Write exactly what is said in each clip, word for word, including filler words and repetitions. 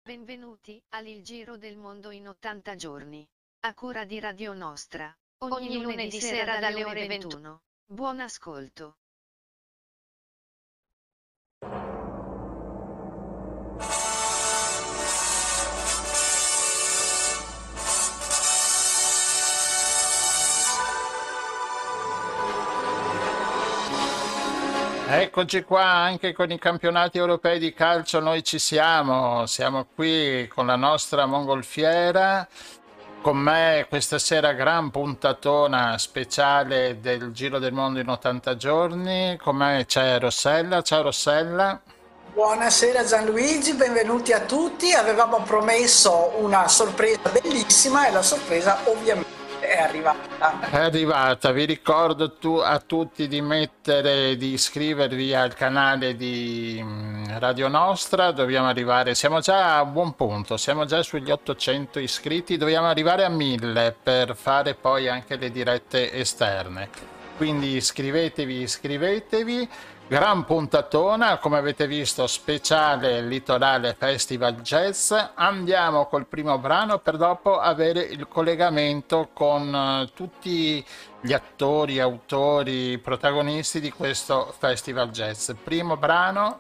Benvenuti al Il Giro del Mondo in ottanta giorni. A cura di Radio Nostra. Ogni lunedì sera dalle ore ventuno. Buon ascolto. Eccoci qua anche con i campionati europei di calcio, noi ci siamo, siamo qui con la nostra mongolfiera, con me questa sera gran puntatona speciale del Giro del Mondo in ottanta giorni, con me c'è Rossella, ciao Rossella. Buonasera Gianluigi, benvenuti a tutti. Avevamo promesso una sorpresa bellissima e la sorpresa ovviamente è arrivata. È arrivata, vi ricordo tu, a tutti di mettere, di iscrivervi al canale di mm, Radio Nostra, dobbiamo arrivare, siamo già a buon punto, siamo già sugli ottocento iscritti, dobbiamo arrivare a mille per fare poi anche le dirette esterne, quindi iscrivetevi, iscrivetevi. Gran puntatona, come avete visto, speciale Litorale Festival Jazz. Andiamo col primo brano per dopo avere il collegamento con eh, tutti gli attori, autori, protagonisti di questo Festival Jazz. Primo brano.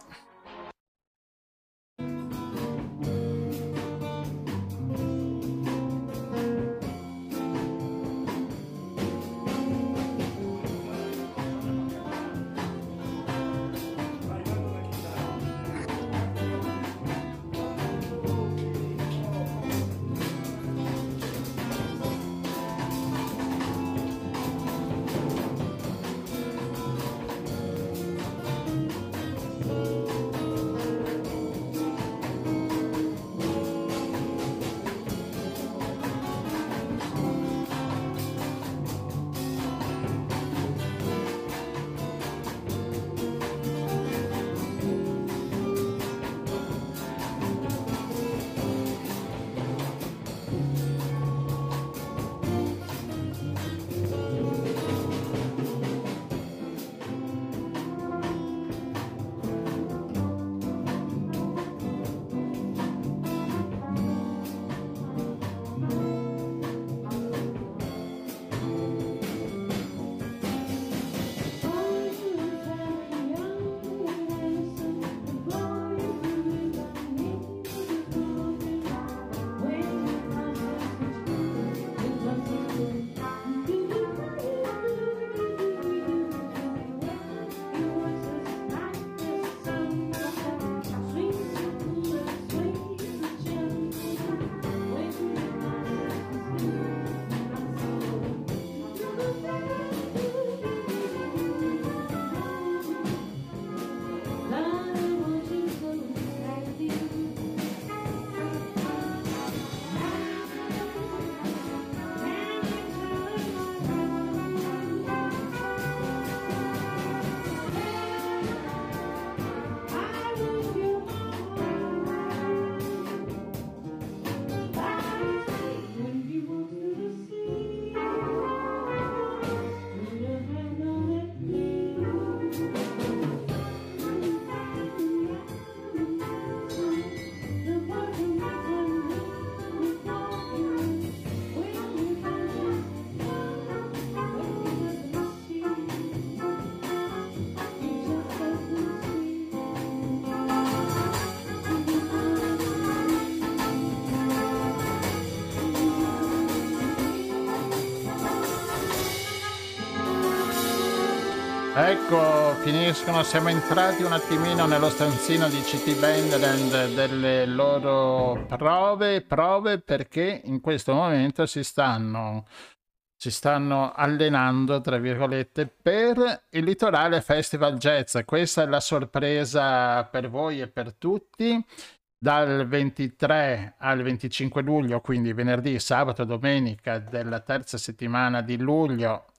Ecco, finiscono, siamo entrati un attimino nello stanzino di City Bandland delle loro prove, prove perché in questo momento si stanno, si stanno allenando, tra virgolette, per il Litorale Festival Jazz. Questa è la sorpresa per voi e per tutti. Dal ventitré al venticinque luglio, quindi venerdì, sabato e domenica della terza settimana di luglio,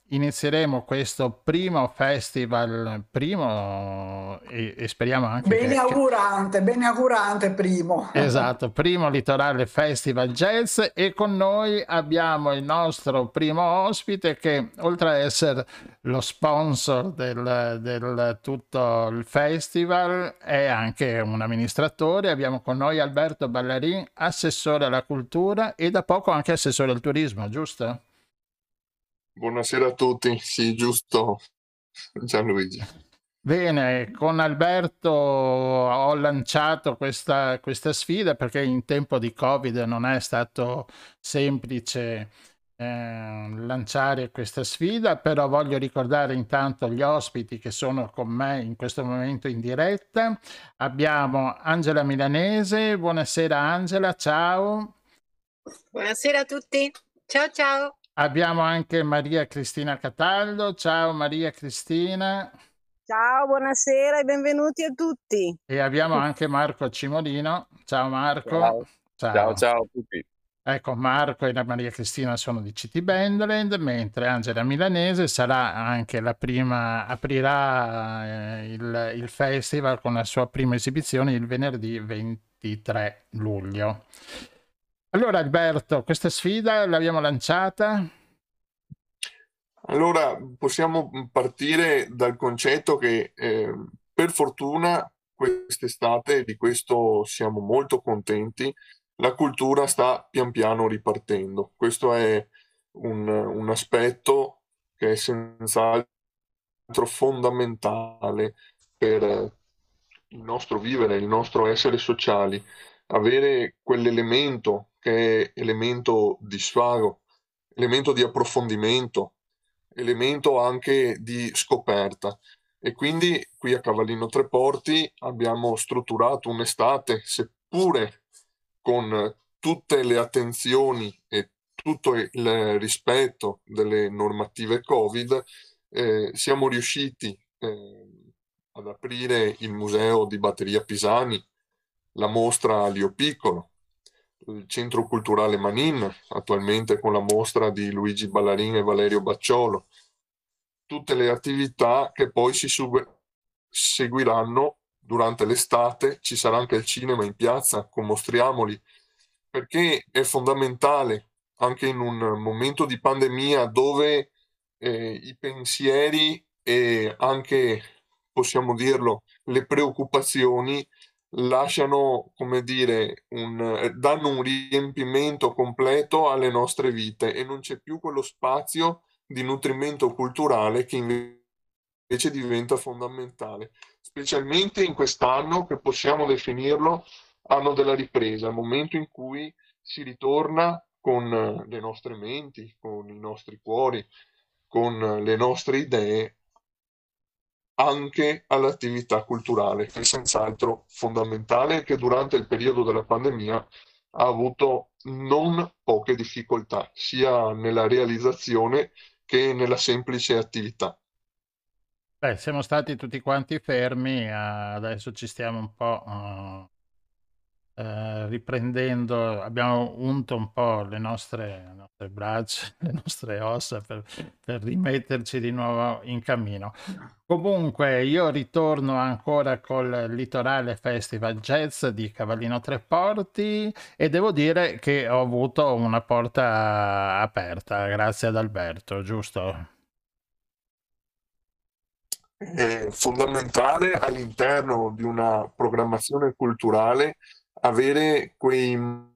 inizieremo questo primo festival, primo e, e speriamo anche Bene che, che- augurante, bene augurante primo. Esatto, primo Litorale Festival Jazz e con noi abbiamo il nostro primo ospite che oltre a essere lo sponsor del, del tutto il festival è anche un amministratore. Abbiamo con noi Alberto Ballarin, assessore alla cultura e da poco anche assessore al turismo, giusto? Buonasera a tutti, sì, giusto Gianluigi. Bene, con Alberto ho lanciato questa, questa sfida perché in tempo di Covid non è stato semplice eh, lanciare questa sfida, però voglio ricordare intanto gli ospiti che sono con me in questo momento in diretta. Abbiamo Angela Milanese, buonasera Angela, ciao. Buonasera a tutti, ciao ciao. Abbiamo anche Maria Cristina Cataldo, ciao Maria Cristina. Ciao, buonasera e benvenuti a tutti. E abbiamo anche Marco Cimolino. Ciao Marco. Ciao. Ciao. Ciao, ciao a tutti. Ecco, Marco e la Maria Cristina sono di City Bandland, mentre Angela Milanese sarà anche la prima, aprirà eh, il, il festival con la sua prima esibizione il venerdì ventitré luglio. Allora Alberto, questa sfida l'abbiamo lanciata? Allora, possiamo partire dal concetto che eh, per fortuna quest'estate, e di questo siamo molto contenti, la cultura sta pian piano ripartendo. Questo è un, un aspetto che è senz'altro fondamentale per il nostro vivere, il nostro essere sociali. Avere quell'elemento che è elemento di svago, elemento di approfondimento, elemento anche di scoperta. E quindi qui a Cavallino Treporti abbiamo strutturato un'estate, seppure con tutte le attenzioni e tutto il rispetto delle normative Covid, eh, siamo riusciti eh, ad aprire il museo di Batteria Pisani, la mostra Lio Piccolo, il centro culturale Manin, attualmente con la mostra di Luigi Ballarin e Valerio Bacciolo, tutte le attività che poi si seguiranno durante l'estate. Ci sarà anche il cinema in piazza con Mostriamoli, perché è fondamentale anche in un momento di pandemia dove eh, i pensieri e anche, possiamo dirlo, le preoccupazioni lasciano, come dire, un, danno un riempimento completo alle nostre vite e non c'è più quello spazio di nutrimento culturale che invece diventa fondamentale, specialmente in quest'anno che possiamo definirlo anno della ripresa, il momento in cui si ritorna con le nostre menti, con i nostri cuori, con le nostre idee anche all'attività culturale, che è senz'altro fondamentale e che durante il periodo della pandemia ha avuto non poche difficoltà, sia nella realizzazione che nella semplice attività. Beh, siamo stati tutti quanti fermi, eh, adesso ci stiamo un po' uh, eh, riprendendo, abbiamo unto un po' le nostre, le nostre braccia, le nostre ossa per, per rimetterci di nuovo in cammino. Comunque io ritorno ancora col Litorale Festival Jazz di Cavallino Treporti e devo dire che ho avuto una porta aperta grazie ad Alberto, giusto? È fondamentale all'interno di una programmazione culturale avere quei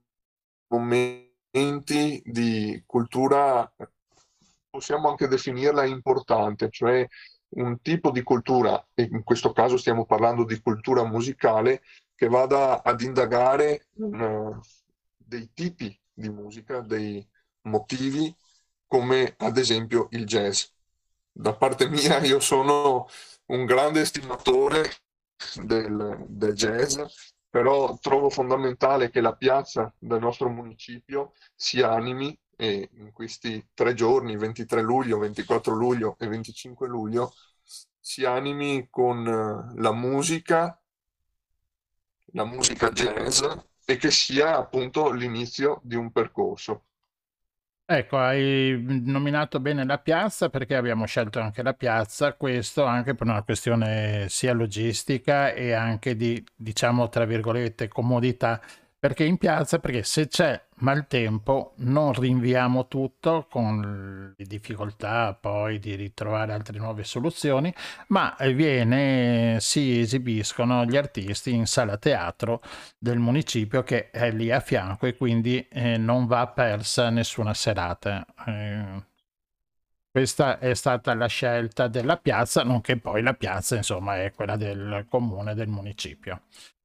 momenti di cultura, possiamo anche definirla importante, cioè un tipo di cultura, e in questo caso stiamo parlando di cultura musicale, che vada ad indagare uh, dei tipi di musica, dei motivi, come ad esempio il jazz. Da parte mia io sono un grande estimatore del, del jazz, però trovo fondamentale che la piazza del nostro municipio si animi e in questi tre giorni, ventitré luglio, ventiquattro luglio e venticinque luglio, si animi con la musica, la musica jazz, e che sia appunto l'inizio di un percorso. Ecco, hai nominato bene la piazza perché abbiamo scelto anche la piazza, questo anche per una questione sia logistica e anche di, diciamo, tra virgolette, comodità, perché in piazza, perché se c'è maltempo non rinviamo tutto con le difficoltà poi di ritrovare altre nuove soluzioni, ma viene, si esibiscono gli artisti in sala teatro del municipio che è lì a fianco e quindi eh, non va persa nessuna serata. Eh, questa è stata la scelta della piazza, nonché poi la piazza, insomma, è quella del comune, del municipio.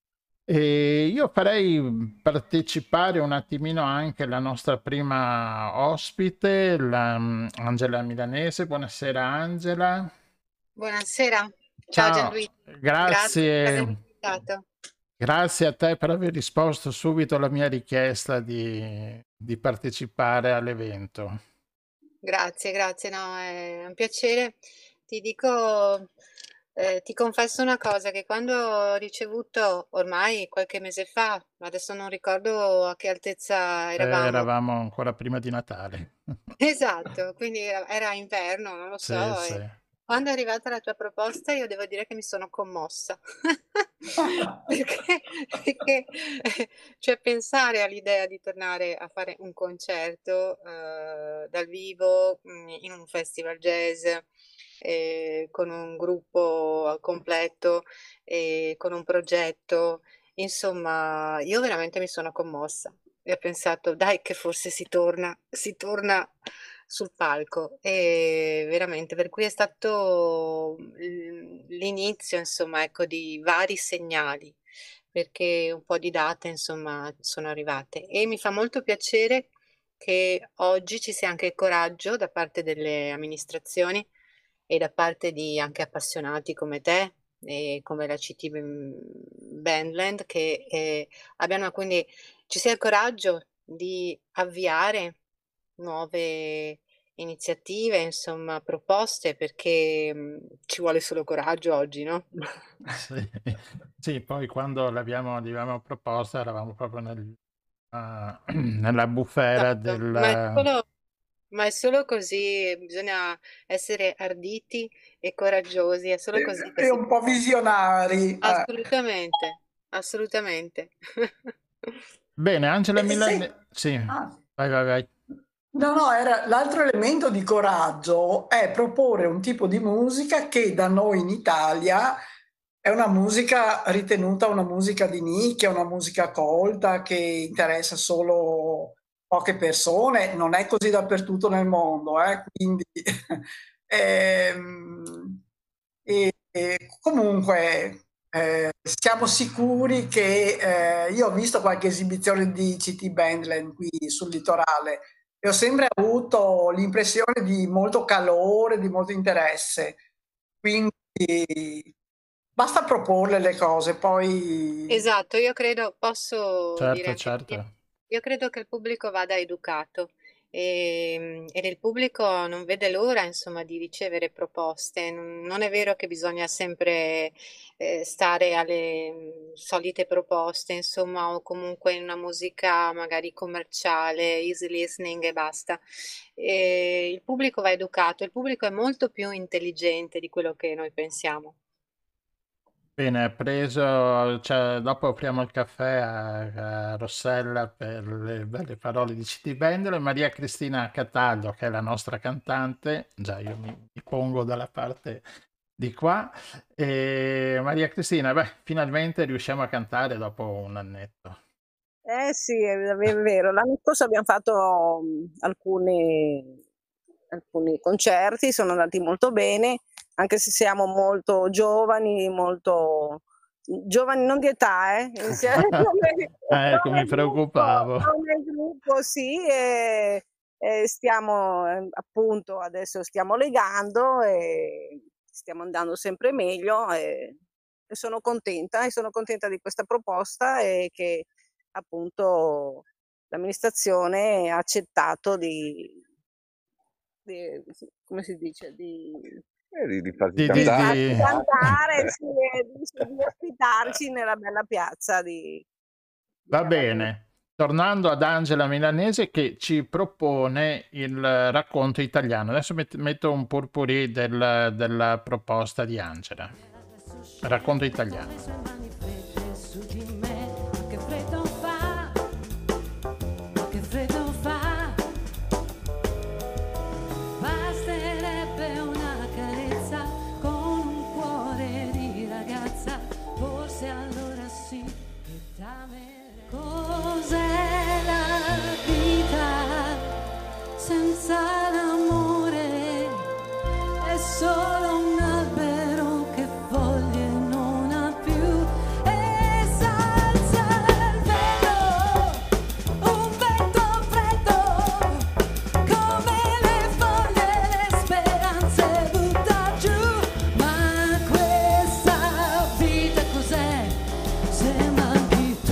E io farei partecipare un attimino anche la nostra prima ospite, la, mm, Angela Milanese. Buonasera Angela. Buonasera, ciao Ciao, Gianluigi, grazie per avermi grazie. invitato. Grazie a te per aver risposto subito alla mia richiesta di, di partecipare all'evento. Grazie, grazie, no, è un piacere. Ti dico, eh, ti confesso una cosa, che quando ho ricevuto ormai qualche mese fa, adesso non ricordo a che altezza Eh, eravamo. eravamo ancora prima di Natale. Esatto, quindi era, era inverno, non lo Sì, so, sì. e quando è arrivata la tua proposta io devo dire che mi sono commossa, perché, perché eh, cioè pensare all'idea di tornare a fare un concerto eh, dal vivo mm, in un festival jazz eh, con un gruppo completo e con un progetto, insomma, io veramente mi sono commossa e ho pensato, dai, che forse si torna, si torna sul palco e veramente per cui è stato l- l'inizio, insomma, ecco, di vari segnali, perché un po' di date, insomma, sono arrivate e mi fa molto piacere che oggi ci sia anche il coraggio da parte delle amministrazioni e da parte di anche appassionati come te e come la C T Bandland che eh, abbiano quindi ci sia il coraggio di avviare nuove iniziative, insomma, proposte, perché mh, ci vuole solo coraggio oggi, no? Sì. Sì, poi quando l'abbiamo l'abbiamo proposta eravamo proprio nel, ah, nella bufera Esatto, ma è del... solo, ma è solo così, bisogna essere arditi e coraggiosi, è solo così che E si un po' visionari. eh. assolutamente, assolutamente. Bene, Angela E se- Milan... Sì, ah, vai, vai, vai. No, no, era l'altro elemento di coraggio è proporre un tipo di musica che da noi in Italia è una musica ritenuta una musica di nicchia, una musica colta che interessa solo poche persone, non è così dappertutto nel mondo, eh, quindi ehm, e, e comunque eh, siamo sicuri che eh, io ho visto qualche esibizione di C T Bandland qui sul litorale e ho sempre avuto l'impressione di molto calore, di molto interesse. Quindi basta proporle le cose, poi Esatto, io credo, posso dire Certo, anche di me, certo. io credo che il pubblico vada educato e, e il pubblico non vede l'ora, insomma, di ricevere proposte. Non, non è vero che bisogna sempre eh, stare alle mm, solite proposte, insomma, o comunque in una musica magari commerciale, easy listening e basta. E il pubblico va educato, il pubblico è molto più intelligente di quello che noi pensiamo. Bene, preso, cioè, dopo apriamo il caffè a, a Rossella per le belle parole di C T Bendolo e Maria Cristina Cataldo, che è la nostra cantante. Già, io mi, mi pongo dalla parte di qua. E Maria Cristina, beh, finalmente riusciamo a cantare dopo un annetto. Eh sì, è è vero. L'anno scorso abbiamo fatto mh, alcuni, alcuni concerti, sono andati molto bene, anche se siamo molto giovani, molto giovani non di età, eh, insieme come, Ah, ecco, mi come gruppo, preoccupavo. come gruppo sì, e, e stiamo eh, appunto adesso stiamo legando e stiamo andando sempre meglio e, e sono contenta e sono contenta di questa proposta e che appunto l'amministrazione ha accettato di, di come si dice, di, Eh, di, di farci Di, di di, cantare. farci di... cantare, sì, e di, di ospitarci nella bella piazza di, di Va Cavallino. bene. tornando ad Angela Milanese che ci propone il racconto italiano. Adesso met- metto un purpurì del- della proposta di Angela. Racconto italiano. Cos'è la vita senza l'amore? È solo un albero che foglie non ha più e s'alza il vento, un vento freddo come le foglie, le speranze butta giù. Ma questa vita cos'è se manchi tu?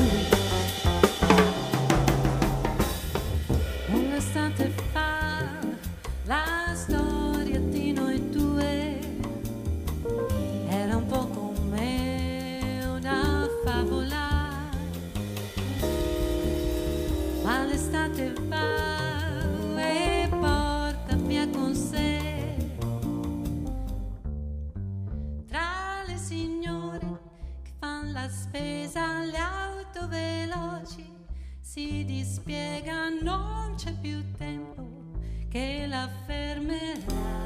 Un'estate fa la storia di noi due era un po' come una favola, ma l'estate va e porta via con sé tra le signore che fanno la spesa, le auto veloci si dispiega, non c'è più tempo che la fermerà.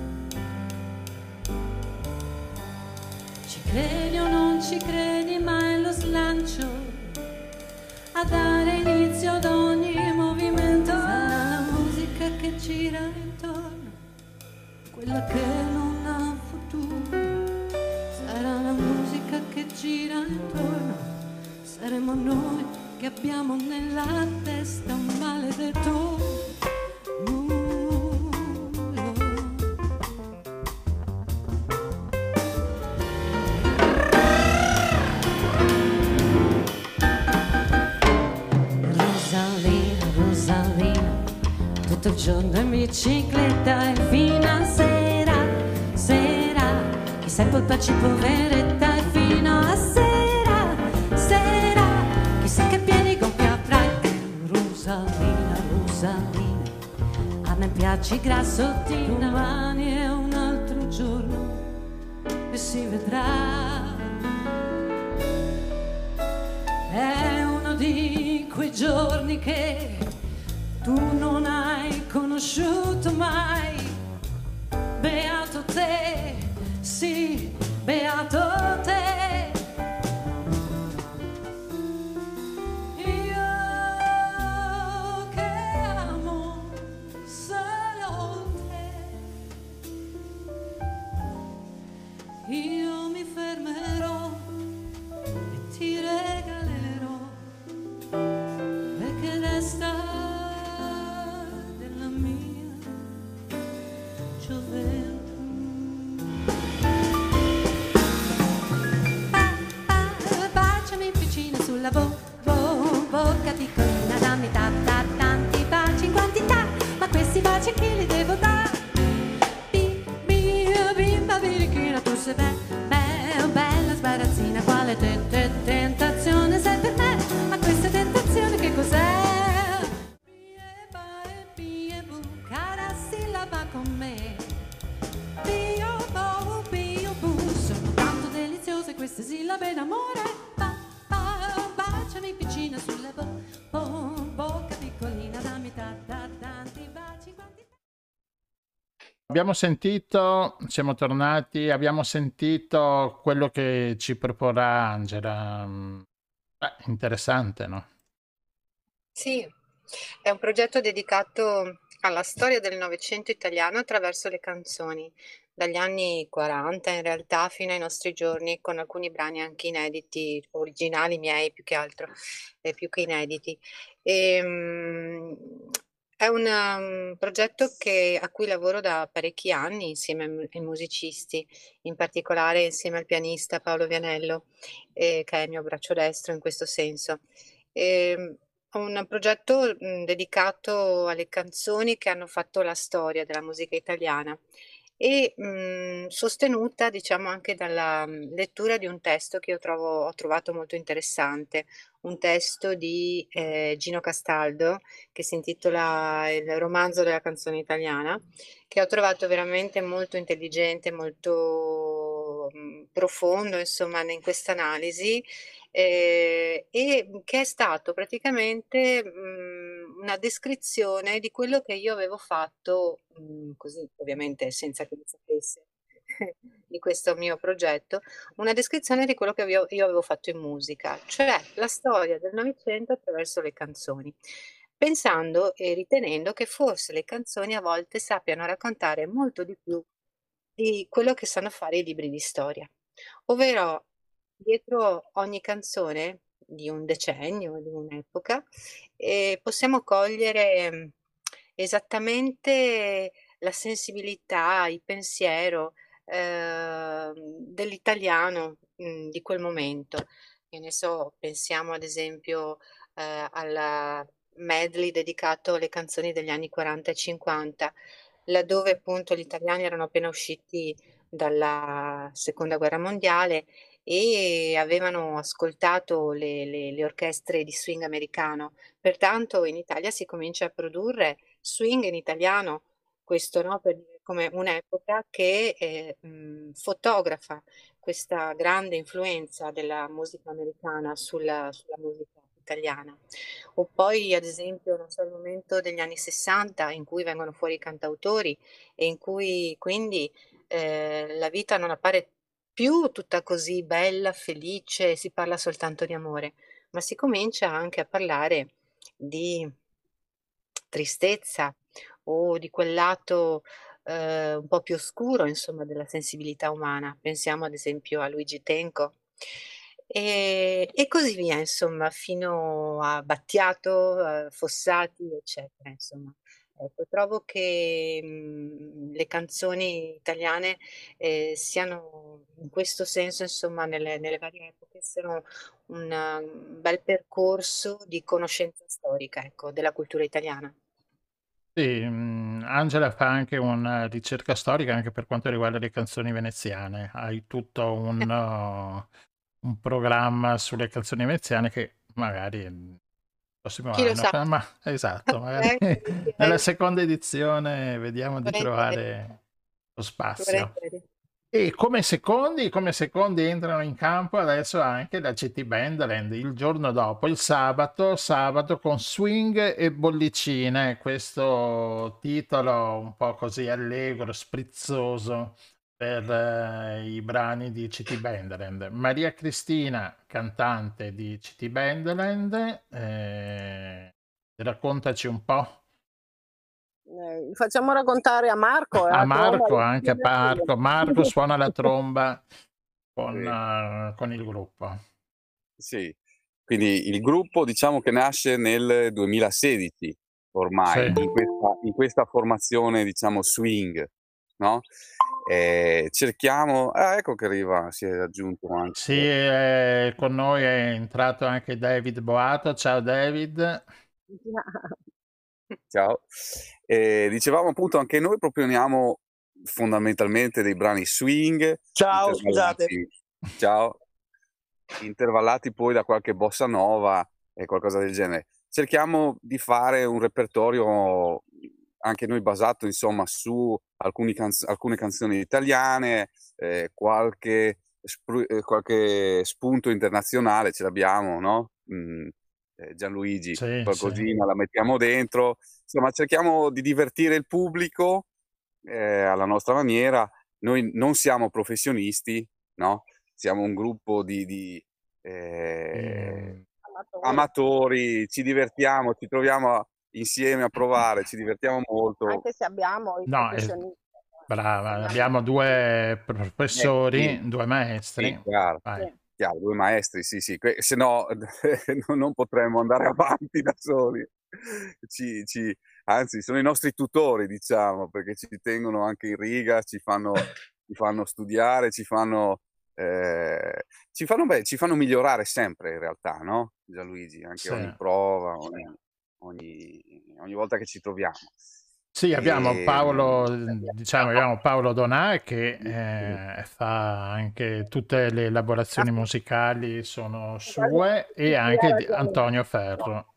Ci credi o non ci credi, ma è lo slancio a dare inizio ad ogni movimento. Sarà la musica che gira intorno, quella che non ha futuro. Sarà la musica che gira intorno, saremo noi che abbiamo nella testa un maledetto muro. Rosalina, Rosalina, tutto il giorno in bicicletta e fino a sera, sera, chi sa colparci poveretta e fino a sera, sera, chissà che pieni gonfi avrai. Rosalina, Rosalina, a me piaci grassottina, domani è un altro giorno e si vedrà. È uno di quei giorni che tu non hai conosciuto mai. Beato te, sì, beato te. Io che amo solo te. Io mi fermerò e ti regalerò perché resta della mia gioventù. Pa, pa, baciami vicino sulla bo, bo, bocca piccolina, dammi ta, ta, tanti baci in quantità, ma questi baci a chi li devo dare? Bi, mia bimba birichina, tu sei be, be, bella sbarazzina, quale te, te, tentazione sei per me, ma questa tentazione che cos'è? Bie, ba, e, bie, bu, cara sillaba con me. Bio, bo, bio, bu, sono tanto deliziose queste sillabe d'amore. Pa, pa, baciami piccina sulla bo, bo, bocca piccolina, dammi ta, ta, tanti baci quanti. Abbiamo sentito, siamo tornati, abbiamo sentito quello che ci proporrà Angela. Beh, interessante, no? Sì, è un progetto dedicato alla storia del Novecento italiano attraverso le canzoni, dagli anni quaranta in realtà fino ai nostri giorni, con alcuni brani anche inediti, originali miei più che altro, eh, più che inediti. Ehm, è un um, progetto che- a cui lavoro da parecchi anni insieme ai mu- ai musicisti, in particolare insieme al pianista Paolo Vianello, eh, che è il mio braccio destro in questo senso. Ehm, un progetto mh, dedicato alle canzoni che hanno fatto la storia della musica italiana e mh, sostenuta, diciamo, anche dalla mh, lettura di un testo che io trovo, ho trovato molto interessante, un testo di eh, Gino Castaldo che si intitola Il romanzo della canzone italiana, che ho trovato veramente molto intelligente, molto mh, profondo, insomma, in questa analisi, eh, e che è stato praticamente mh, una descrizione di quello che io avevo fatto, mh, così ovviamente senza che mi sapesse di questo mio progetto, una descrizione di quello che io, io avevo fatto in musica, cioè la storia del Novecento attraverso le canzoni, pensando e ritenendo che forse le canzoni a volte sappiano raccontare molto di più di quello che sanno fare i libri di storia, ovvero dietro ogni canzone di un decennio, di un'epoca, eh, possiamo cogliere mh, esattamente la sensibilità, il pensiero ehm, dell'italiano mh, di quel momento. Che ne so, pensiamo ad esempio eh, alla medley dedicato alle canzoni degli anni quaranta e cinquanta, laddove appunto gli italiani erano appena usciti dalla seconda guerra mondiale e avevano ascoltato le, le- le orchestre di swing americano. Pertanto in Italia si comincia a produrre swing in italiano, questo no, per dire come un'epoca che eh, mh, fotografa questa grande influenza della musica americana sulla, sulla musica italiana. O poi, ad esempio, non so, il momento degli anni sessanta in cui vengono fuori i cantautori e in cui quindi eh, la vita non appare più tutta così bella, felice, si parla soltanto di amore, ma si comincia anche a parlare di tristezza o di quel lato eh, un po' più oscuro, insomma, della sensibilità umana. Pensiamo ad esempio a Luigi Tenco. E, e così via, insomma, fino a Battiato, eh, Fossati, eccetera, insomma. Ecco, trovo che mh, le canzoni italiane eh, siano in questo senso, insomma, nelle, nelle varie epoche, siano un um, bel percorso di conoscenza storica, ecco, della cultura italiana. Sì, mh, Angela fa anche una ricerca storica anche per quanto riguarda le canzoni veneziane. Hai tutto un, uh, un programma sulle canzoni veneziane che magari il prossimo Chi lo anno, sa? fa- ma esatto, magari Eh, nella volentieri, seconda edizione vediamo di volentieri, trovare lo spazio. volentieri. E come secondi, come secondi entrano in campo adesso anche la C T Bandland il giorno dopo, il sabato, sabato con Swing e Bollicine, questo titolo un po' così allegro, sprizzoso per eh, i brani di C T Bandland. Maria Cristina, cantante di C T Bandland, eh, raccontaci un po'. Eh, facciamo raccontare a Marco e A alla tromba. Marco, anche a Marco. Marco suona la tromba con, Sì. eh, con il gruppo. Sì, quindi il gruppo diciamo che nasce nel duemilasedici ormai, Sì. in questa, in questa formazione diciamo swing, no? Eh, cerchiamo, ah, ecco che arriva, si è aggiunto anche. Sì, eh, con noi è entrato anche David Boato. Ciao David. Ciao. Eh, dicevamo appunto anche noi proponiamo fondamentalmente dei brani swing, Ciao, intervallati, ciao, intervallati poi da qualche bossa nova e qualcosa del genere. Cerchiamo di fare un repertorio anche noi basato insomma su alcuni canz- alcune canzoni italiane, eh, qualche, spru- eh, qualche spunto internazionale ce l'abbiamo, no? Mm, eh, Gianluigi, Sì, sì. qualcosina la mettiamo dentro, insomma cerchiamo di divertire il pubblico eh, alla nostra maniera. Noi non siamo professionisti, no? Siamo un gruppo di, di, eh, Amatori. amatori, ci divertiamo, ci troviamo a- insieme a provare, ci divertiamo molto. Anche se abbiamo i No, eh, professionisti. brava, Abbiamo- abbiamo due professori, Eh, sì. due maestri. Sì, chiaro, Vai. Sì. chiaro, due maestri, sì, sì, que- se no non- non potremmo andare avanti da soli. Ci, ci- anzi, sono i nostri tutori, diciamo, perché ci tengono anche in riga, ci fanno, ci fanno studiare, ci fanno, eh, ci fanno, beh, ci fanno migliorare sempre in realtà, no? Gianluigi, anche Sì. ogni prova, ogni, ogni, ogni volta che ci troviamo. Sì, abbiamo E, Paolo, diciamo, abbiamo Paolo Donà che eh, fa anche tutte le elaborazioni musicali sono sue, e anche di- Antonio Ferro.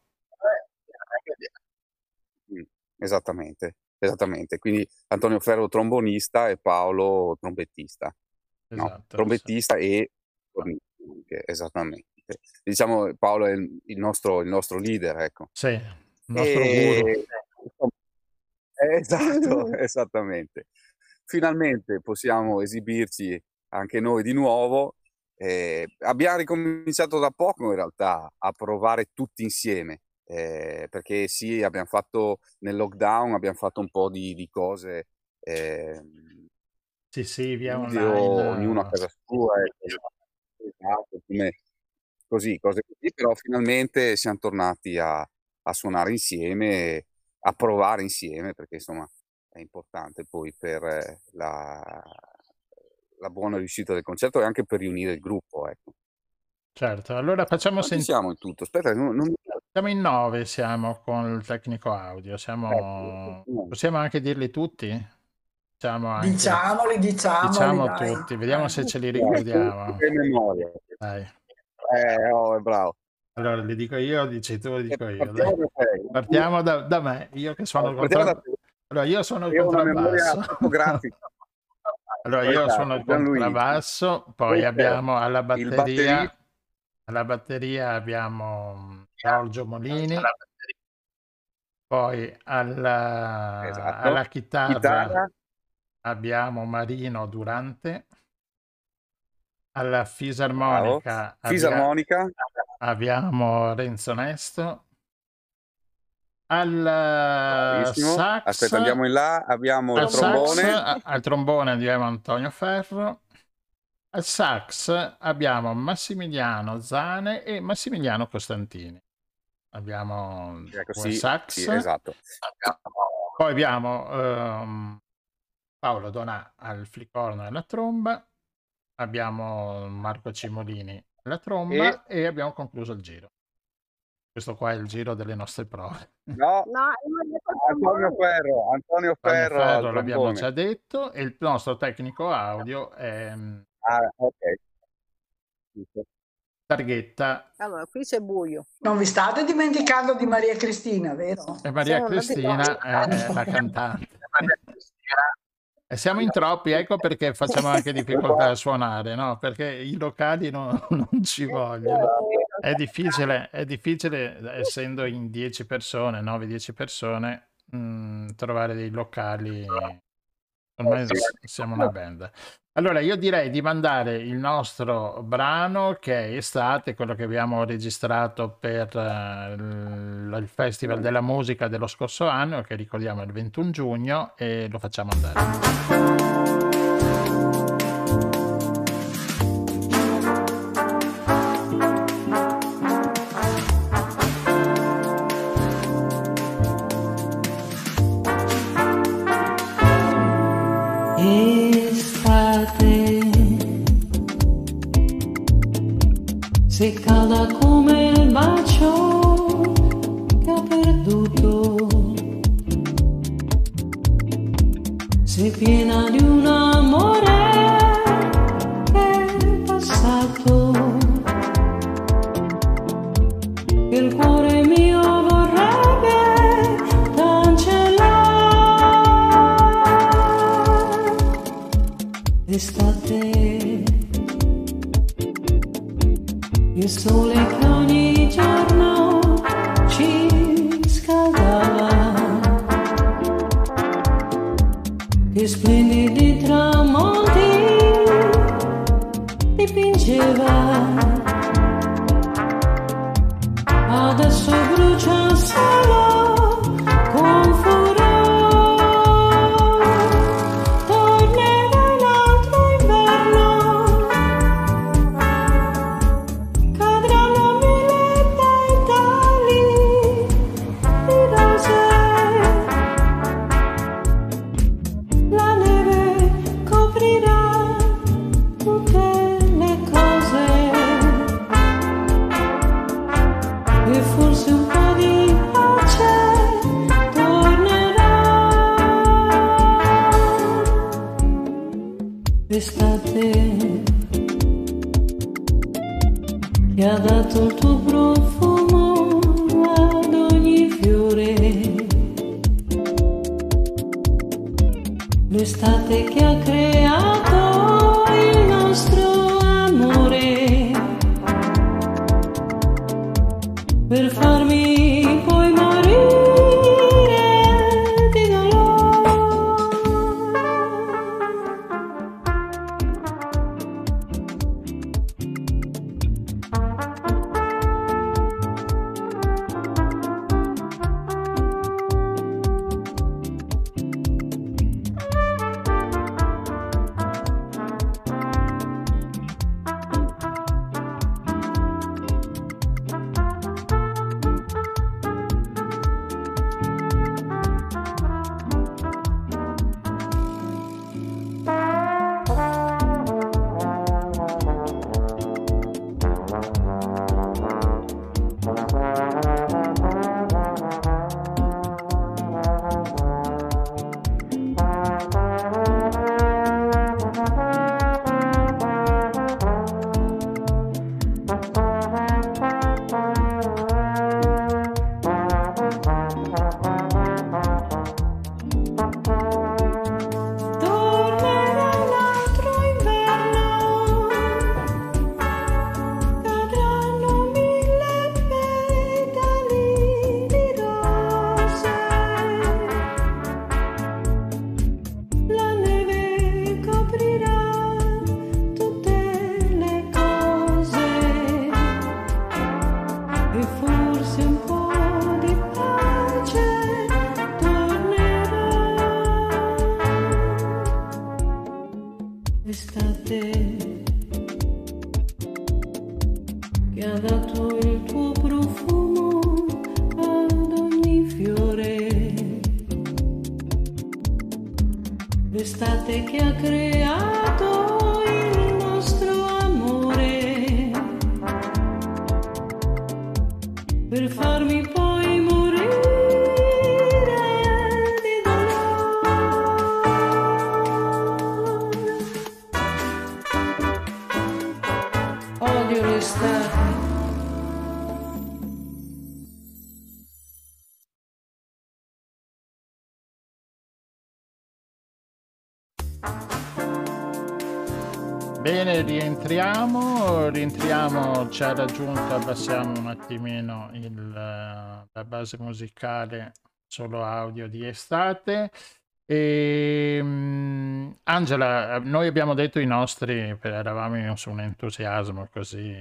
Mm, Esattamente, esattamente. Quindi Antonio Ferro trombonista e Paolo trombettista. No, Esatto, sì. trombettista e cornista anche, esattamente. Diciamo Paolo è il il nostro, il nostro leader, ecco. Sì, il nostro guru. E insomma, eh, esatto, esattamente. Finalmente possiamo esibirci anche noi di nuovo. Eh, abbiamo ricominciato da poco in realtà a provare tutti insieme, eh, perché sì, abbiamo fatto nel lockdown, abbiamo fatto un po' di, di cose, eh, Sì, sì, via video, online. ognuno a casa sua, e- esatto, come- così, cose così, però finalmente siamo tornati a, a suonare insieme, a provare insieme, perché insomma è importante poi per eh, la, la buona riuscita del concerto e anche per riunire il gruppo, ecco. Certo, allora facciamo Quanti sentire. siamo in tutto? Aspetta, non, non... Siamo in nove, siamo con il tecnico audio. Siamo... Ecco, Possiamo anche dirli tutti? Diciamo anche... Diciamoli, diciamoli, Diciamo dai. tutti, vediamo Eh. se ce li ricordiamo. che memoria. Dai. Eh, oh, è bravo. Allora, li dico io, dici tu, li dico io. Partiamo Dai. da te. Partiamo da, da me, io che suono il Partiamo da contrabbasso. Allora, io sono il Io ho una memoria contrabbasso. fotografica. Allora, io Esatto, sono il Gianluigi. contrabbasso, poi Poi c'è abbiamo alla il batteria, batterista. alla batteria abbiamo Giorgio Molini, poi alla, Esatto. alla chitarra, Chitarra. abbiamo Marino Durante, alla Bravo. fisarmonica abbia- Fisarmonica. abbiamo Renzo Nesto, al Bravissimo. sax, Aspetta, andiamo in là. Abbiamo il al sax, trombone. a- al trombone abbiamo Antonio Ferro, al sax abbiamo Massimiliano Zane e Massimiliano Costantini. Abbiamo Ecco, due sì, sax, sì, esatto. poi abbiamo ehm, Paolo Donà al flicorno e alla tromba, abbiamo Marco Cimolini alla tromba e, abbiamo concluso il giro. Questo qua è il giro delle nostre prove. No, No, io detto Antonio Ferro. Antonio Antonio Ferro, al Ferro l'abbiamo trombone. già detto, e il nostro tecnico audio è Ah, ok. Giusto. Targhetta. Allora, qui c'è buio. Non vi state dimenticando di Maria Cristina, vero? E Maria Siamo andati- Cristina è la cantante. E siamo in troppi, ecco perché facciamo anche difficoltà a suonare, no? Perché i locali no- non ci vogliono. È difficile, è difficile, essendo in dieci persone, nove dieci persone, mh, trovare dei locali. Ormai s- siamo una band. Allora, io direi di mandare il nostro brano, che è Estate, quello che abbiamo registrato per eh, il il Festival della Musica dello scorso anno, che ricordiamo è il ventuno giugno, e lo facciamo andare. Estate, sei calda come il bacio che ho perduto, sei piena di un amore che è passato, che il cuore mio vorrebbe cancellare. Estate, il sole che ogni giorno ci scaldava, che splendidi L'estate che ha creato il nostro amore per farmi poi morire di dolore. Tornerà l'altro inverno, cadranno mille petali di rose, la neve coprirà tutte le cose e forse un po' di pace tornerà. L'estate che ha dato il tuo profumo ad ogni fiore, l'estate che ha creato il nostro amore per farmi poi morire di dolore. Odio l'estate. Bene, rientriamo, rientriamo, ci ha raggiunto, abbassiamo un attimino il, eh, la base musicale, solo audio di estate. E, mm, Angela, noi abbiamo detto i nostri, per- eravamo su un entusiasmo così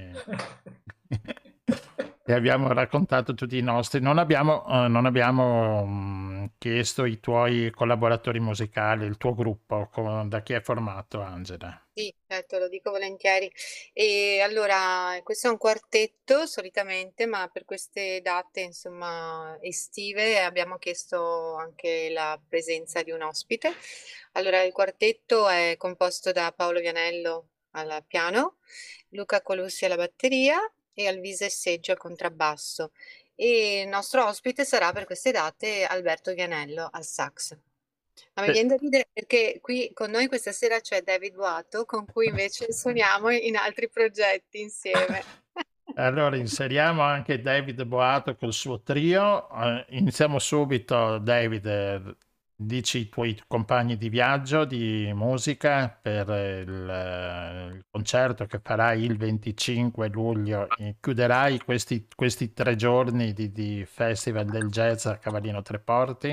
e abbiamo raccontato tutti i nostri. Non abbiamo, eh, non abbiamo mm, chiesto i tuoi collaboratori musicali, il tuo gruppo, co- da chi è formato, Angela? Sì, certo, lo dico volentieri. E allora, questo è un quartetto solitamente, ma per queste date, insomma, estive abbiamo chiesto anche la presenza di un ospite. Allora, il quartetto è composto da Paolo Vianello al piano, Luca Colussi alla batteria e Alvise Seggio al contrabbasso. E il nostro ospite sarà per queste date Alberto Vianello al sax. Ma mi Sì. viene da ridere perché qui con noi questa sera c'è David Boato, con cui invece suoniamo in altri progetti insieme. Allora inseriamo anche David Boato col suo trio. Eh, iniziamo subito, David. eh, Dici i tuoi compagni di viaggio di musica per il, eh, il concerto che farai il venticinque luglio. E chiuderai questi, questi tre giorni di, di Festival del Jazz a Cavallino Treporti.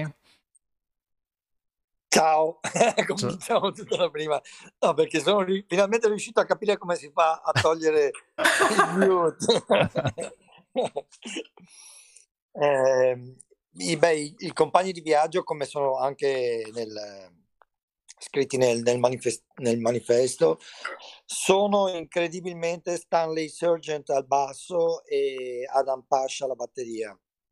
Ciao, So- cominciamo tutto da prima. No, perché sono ri- finalmente riuscito a capire come si fa a togliere il mute. Ehm, i, beh, i, i compagni di viaggio, come sono anche nel, scritti nel, nel, manifest- nel manifesto, sono incredibilmente Stanley Sargent al basso e Adam Pasha alla batteria.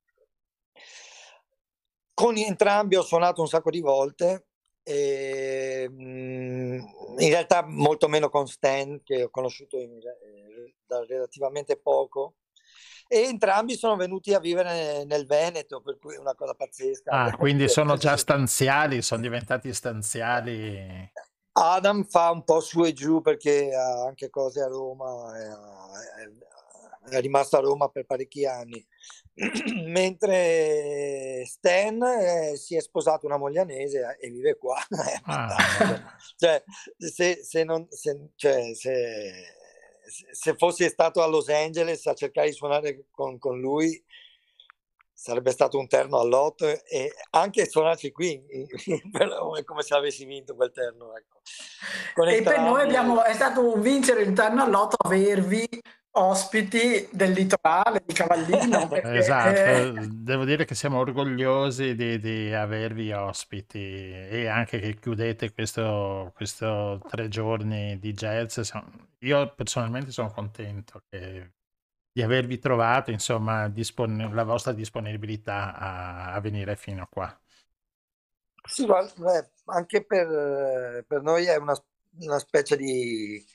Con entrambi ho suonato un sacco di volte, e, mm, in realtà molto meno con Stan, che ho conosciuto in- eh, da relativamente poco, e entrambi sono venuti a vivere nel Veneto, per cui è una cosa pazzesca. Ah, quindi Cioè, sono già stanziali, sono diventati stanziali. Adam fa un po' su e giù perché ha anche cose a Roma, è, è- è rimasto a Roma per parecchi anni, mentre Stan eh, si è sposato una moglianese e vive qua. Ah. Cioè, se, se, non, se, cioè, se, se fossi stato a Los Angeles a cercare di suonare con, con lui, sarebbe stato un terno all'otto, e anche suonarci qui però è come se avessi vinto quel terno, ecco. Con E per entrambi- noi abbiamo, è stato un vincere il terno all'otto avervi ospiti del litorale di Cavallino. perché, Esatto, eh, devo dire che siamo orgogliosi di, di avervi ospiti e anche che chiudete questo, questo tre giorni di jazz. Siamo- Io personalmente sono contento che- di avervi trovato, insomma, dispon- la vostra disponibilità a, a venire fino a qua. Sì, guarda, eh, anche per, per noi è una, una specie di,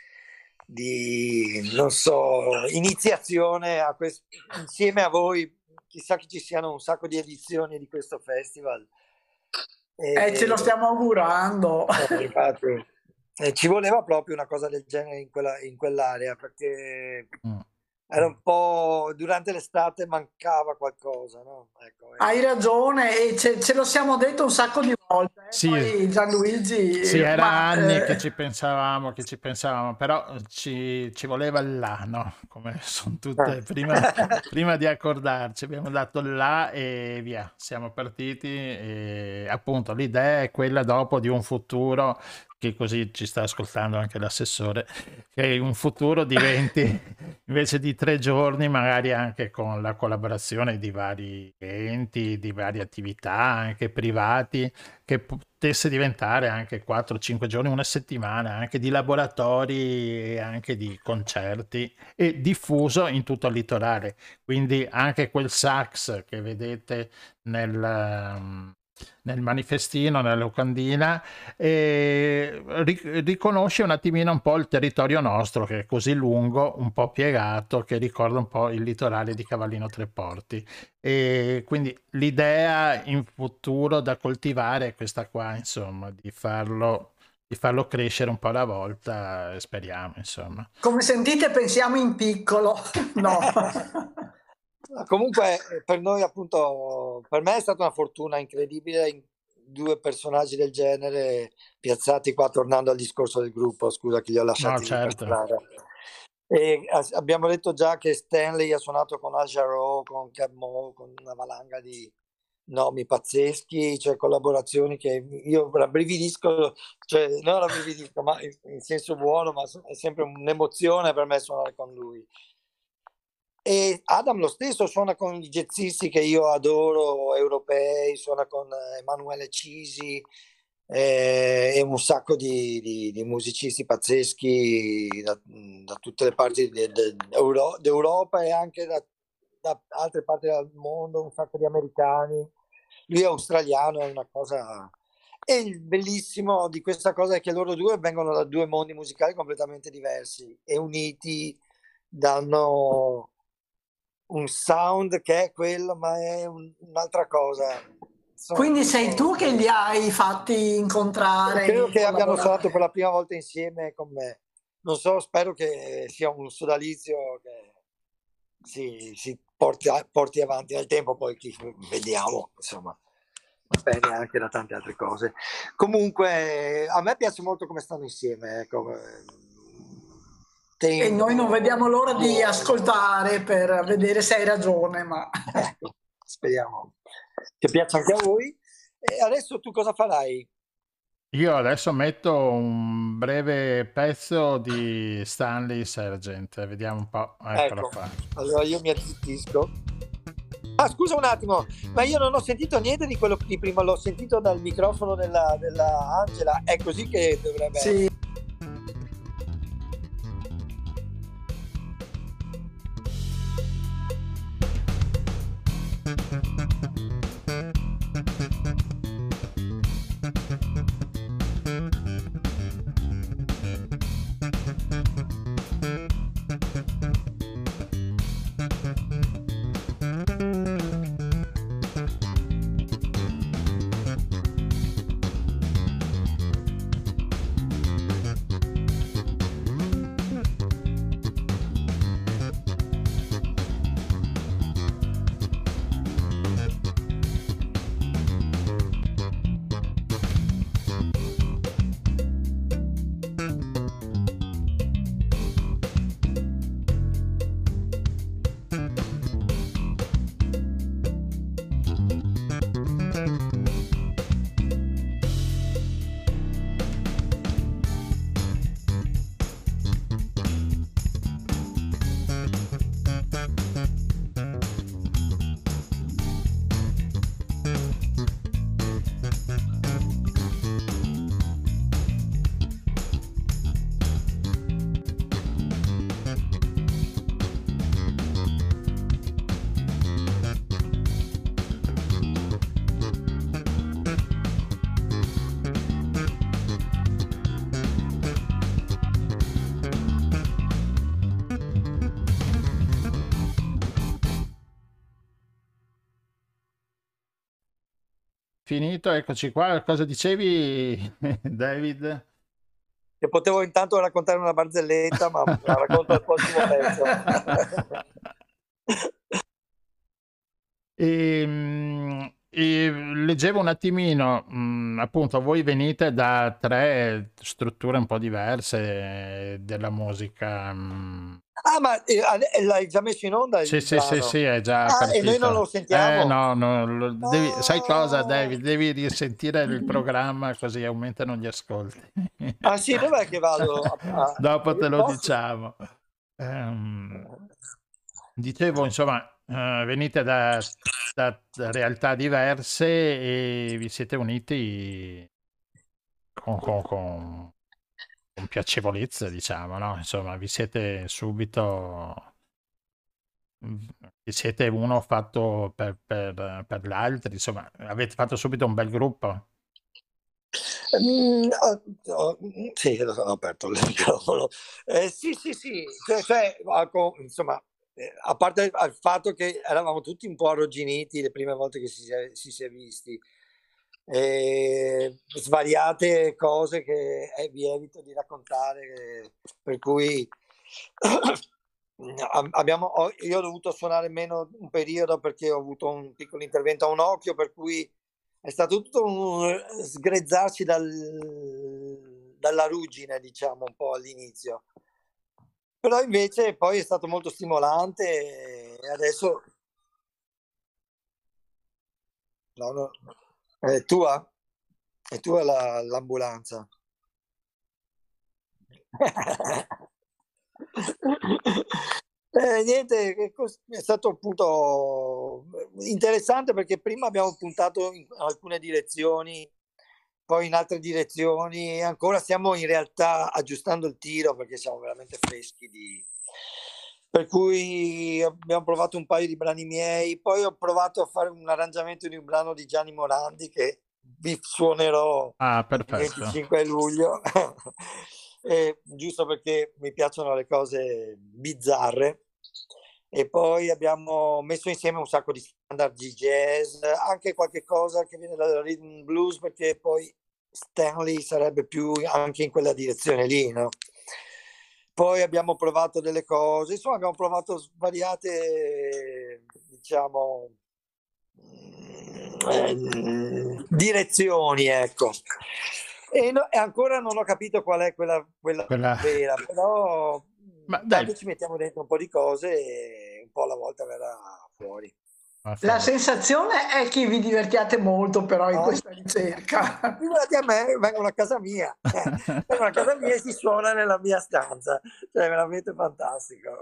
di, non so, iniziazione a questo, insieme a voi. Chissà che ci siano un sacco di edizioni di questo festival. E, eh, ce lo stiamo augurando. eh, infatti, eh, ci voleva proprio una cosa del genere in quella, in quell'area, perché Mm. era un po', durante l'estate mancava qualcosa, no? Ecco, eh. Hai ragione, e ce, ce lo siamo detto un sacco di volte. eh. Sì. Poi Gianluigi, Sì, era ma, anni eh, che ci pensavamo, che ci pensavamo, però ci, ci voleva il là, no? Come sono tutte, prima, prima di accordarci, abbiamo dato il là e via, siamo partiti e appunto l'idea è quella dopo di un futuro, che così ci sta ascoltando anche l'assessore, che un futuro diventi invece di tre giorni, magari anche con la collaborazione di vari enti, di varie attività, anche privati, che potesse diventare anche quattro cinque giorni, una settimana, anche di laboratori e anche di concerti, e diffuso in tutto il litorale. Quindi anche quel sax che vedete nel, um, nel manifestino, nella locandina, e ri- riconosce un attimino un po' il territorio nostro, che è così lungo, un po' piegato, che ricorda un po' il litorale di Cavallino Treporti. E quindi l'idea in futuro da coltivare è questa qua, insomma, di farlo, di farlo crescere un po' alla volta, eh, speriamo, insomma. come sentite pensiamo in piccolo. No. Comunque eh, per noi appunto, per me è stata una fortuna incredibile, in- due personaggi del genere piazzati qua, tornando al discorso del gruppo, scusa che li ho lasciati No, certo. per strada. E as- abbiamo detto già che Stanley ha suonato con Al Jarreau, con Cab Mo, con una valanga di nomi pazzeschi, cioè collaborazioni che io rabbrividisco, cioè non rabbrividisco, ma in, in senso buono, ma so- è sempre un'emozione per me suonare con lui. E Adam lo stesso suona con i jazzisti che io adoro, europei, suona con eh, Emanuele Cisi eh, e un sacco di, di- di musicisti pazzeschi da, da tutte le parti de- de- d'Euro- d'Europa e anche da, da altre parti del mondo, un sacco di americani. Lui è australiano, è una cosa... E il bellissimo di questa cosa è che loro due vengono da due mondi musicali completamente diversi e uniti danno un sound che è quello, ma è un- un'altra cosa. Sono Quindi sei tutto- tu che li hai fatti incontrare? Credo che abbiano collaborare? suonato per la prima volta insieme con me. Non so, spero che sia un sodalizio che si, si porti, a- porti avanti nel tempo, poi chi- vediamo, insomma, dipende anche da tante altre cose. Comunque, a me piace molto come stanno insieme, ecco. E noi non vediamo l'ora di Buono. ascoltare per vedere se hai ragione, ma Ecco, speriamo che piaccia anche a voi. E adesso tu cosa farai? Io adesso metto un breve pezzo di Stanley Sargent, vediamo un po', eccolo Ecco, qua. allora io mi azzittisco. Ah, scusa un attimo, ma io non ho sentito niente di quello di prima, l'ho sentito dal microfono della, della Angela. È così che dovrebbe essere. sì. finito, eccoci qua. Cosa dicevi, David? Che potevo intanto raccontare una barzelletta, ma la racconto al prossimo pezzo. E, mm, e leggevo un attimino, mm, appunto, voi venite da tre strutture un po' diverse della musica. mm. Ah, ma eh, ade- l'hai già messo in onda Sì, il sì, sì, brano? sì, è già Ah, e noi non lo partito. Eh, sentiamo? no, no, lo- devi- sai cosa, Ah, David? Devi risentire il programma così aumentano gli ascolti. ah sì, dov'è che vado? A, a- Dopo te lo posso? diciamo. Ehm, dicevo, insomma, eh, venite da, da- da realtà diverse e vi siete uniti con, con- con- con piacevolezza, diciamo, no? Insomma, vi siete subito, vi siete uno fatto per, per, per l'altro, insomma, avete fatto subito un bel gruppo. Mm, oh, oh, mm, sì, ho aperto il microfono. Eh, sì, sì, sì, cioè, cioè, ah, co- insomma, eh, a parte il fatto che eravamo tutti un po' arrugginiti le prime volte che si, si è, si si è visti, e svariate cose che eh, vi evito di raccontare, eh, per cui ab- abbiamo, ho- io ho dovuto suonare meno un periodo perché ho avuto un piccolo intervento a un occhio, per cui è stato tutto un sgrezzarsi dal- dalla ruggine, diciamo, un po' all'inizio. Però invece poi è stato molto stimolante e adesso... No, no, è tua? È tua la- l'ambulanza? Eh, niente, che cos- è stato appunto interessante perché prima abbiamo puntato in alcune direzioni, poi in altre direzioni, e ancora stiamo in realtà aggiustando il tiro perché siamo veramente freschi di... Per cui abbiamo provato un paio di brani miei, poi ho provato a fare un arrangiamento di un brano di Gianni Morandi che vi suonerò Ah, il perfetto. venticinque luglio, e, giusto perché mi piacciono le cose bizzarre. E poi abbiamo messo insieme un sacco di standard di jazz, anche qualche cosa che viene dal rhythm and blues, perché poi Stanley sarebbe più anche in quella direzione lì, no? Poi abbiamo provato delle cose, insomma abbiamo provato svariate, diciamo, eh, direzioni, ecco. E, no- e ancora non ho capito qual è quella, quella Quella... vera, però Ma tanto dai, ci mettiamo dentro un po' di cose e un po' alla volta verrà fuori. ma La fuori. sensazione è che vi divertiate molto però in No? questa ricerca. Figurati a me, vengono a casa mia, eh, vengono a casa mia e si suona nella mia stanza, cioè è veramente fantastico.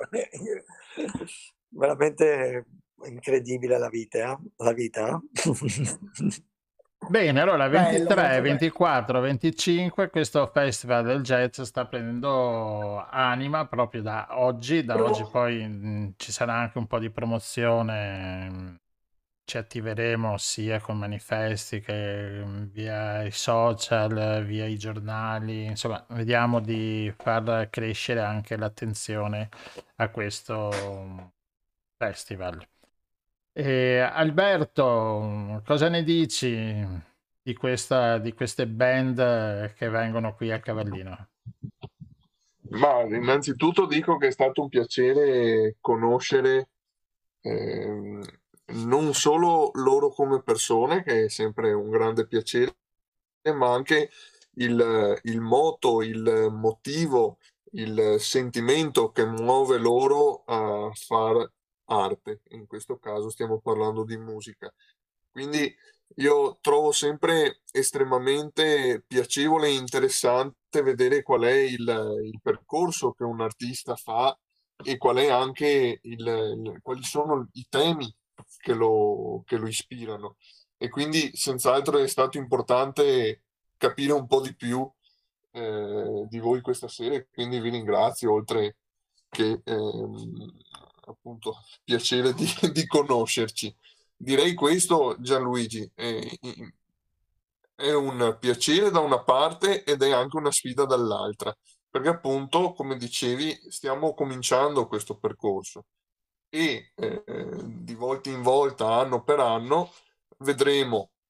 Veramente incredibile la vita, eh? La vita. eh? Bene, allora Bello, ventitré, molto bello. ventiquattro, venticinque questo Festival del Jazz sta prendendo anima proprio da oggi, da oggi poi mh, ci sarà anche un po' di promozione, mh, ci attiveremo sia con manifesti che mh, via i social, via i giornali, insomma vediamo di far crescere anche l'attenzione a questo mh, festival. E Alberto, cosa ne dici di questa, di queste band eh, che vengono qui a Cavallino? Ma innanzitutto dico che è stato un piacere conoscere ehm, non solo loro come persone, che è sempre un grande piacere, ma anche il, il moto, il motivo, il sentimento che muove loro a fare arte. In questo caso stiamo parlando di musica. Quindi io trovo sempre estremamente piacevole e interessante vedere qual è il, il percorso che un artista fa e qual è anche il, il- quali sono i temi che lo, che lo ispirano. E quindi senz'altro è stato importante capire un po' di più eh, di voi questa sera, e quindi vi ringrazio, oltre che ehm, appunto piacere di, di conoscerci. Direi questo, Gianluigi, è, è un piacere da una parte ed è anche una sfida dall'altra, perché appunto, come dicevi, stiamo cominciando questo percorso e eh, di volta in volta, anno per anno, vedremo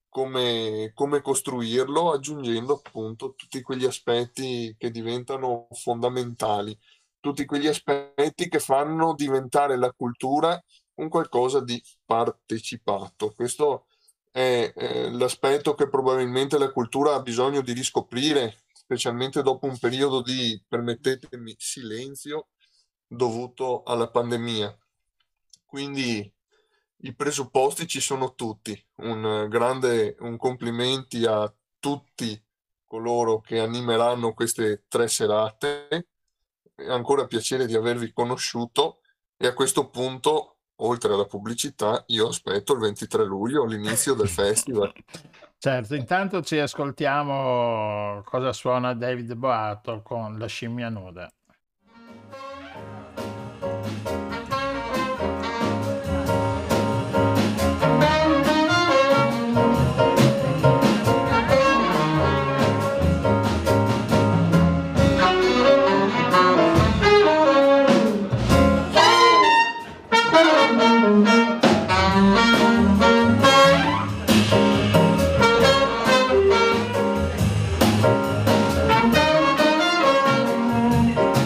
come, come costruirlo, aggiungendo appunto tutti quegli aspetti che diventano fondamentali, tutti quegli aspetti che fanno diventare la cultura un qualcosa di partecipato. Questo è eh, l'aspetto che probabilmente la cultura ha bisogno di riscoprire, specialmente dopo un periodo di, permettetemi, silenzio dovuto alla pandemia. Quindi i presupposti ci sono tutti. Un grande un complimenti a tutti coloro che animeranno queste tre serate. È ancora piacere di avervi conosciuto e a questo punto, oltre alla pubblicità, io aspetto il ventitré luglio, l'inizio del festival. Certo, intanto ci ascoltiamo cosa suona David Boato con La scimmia nuda. Thank you.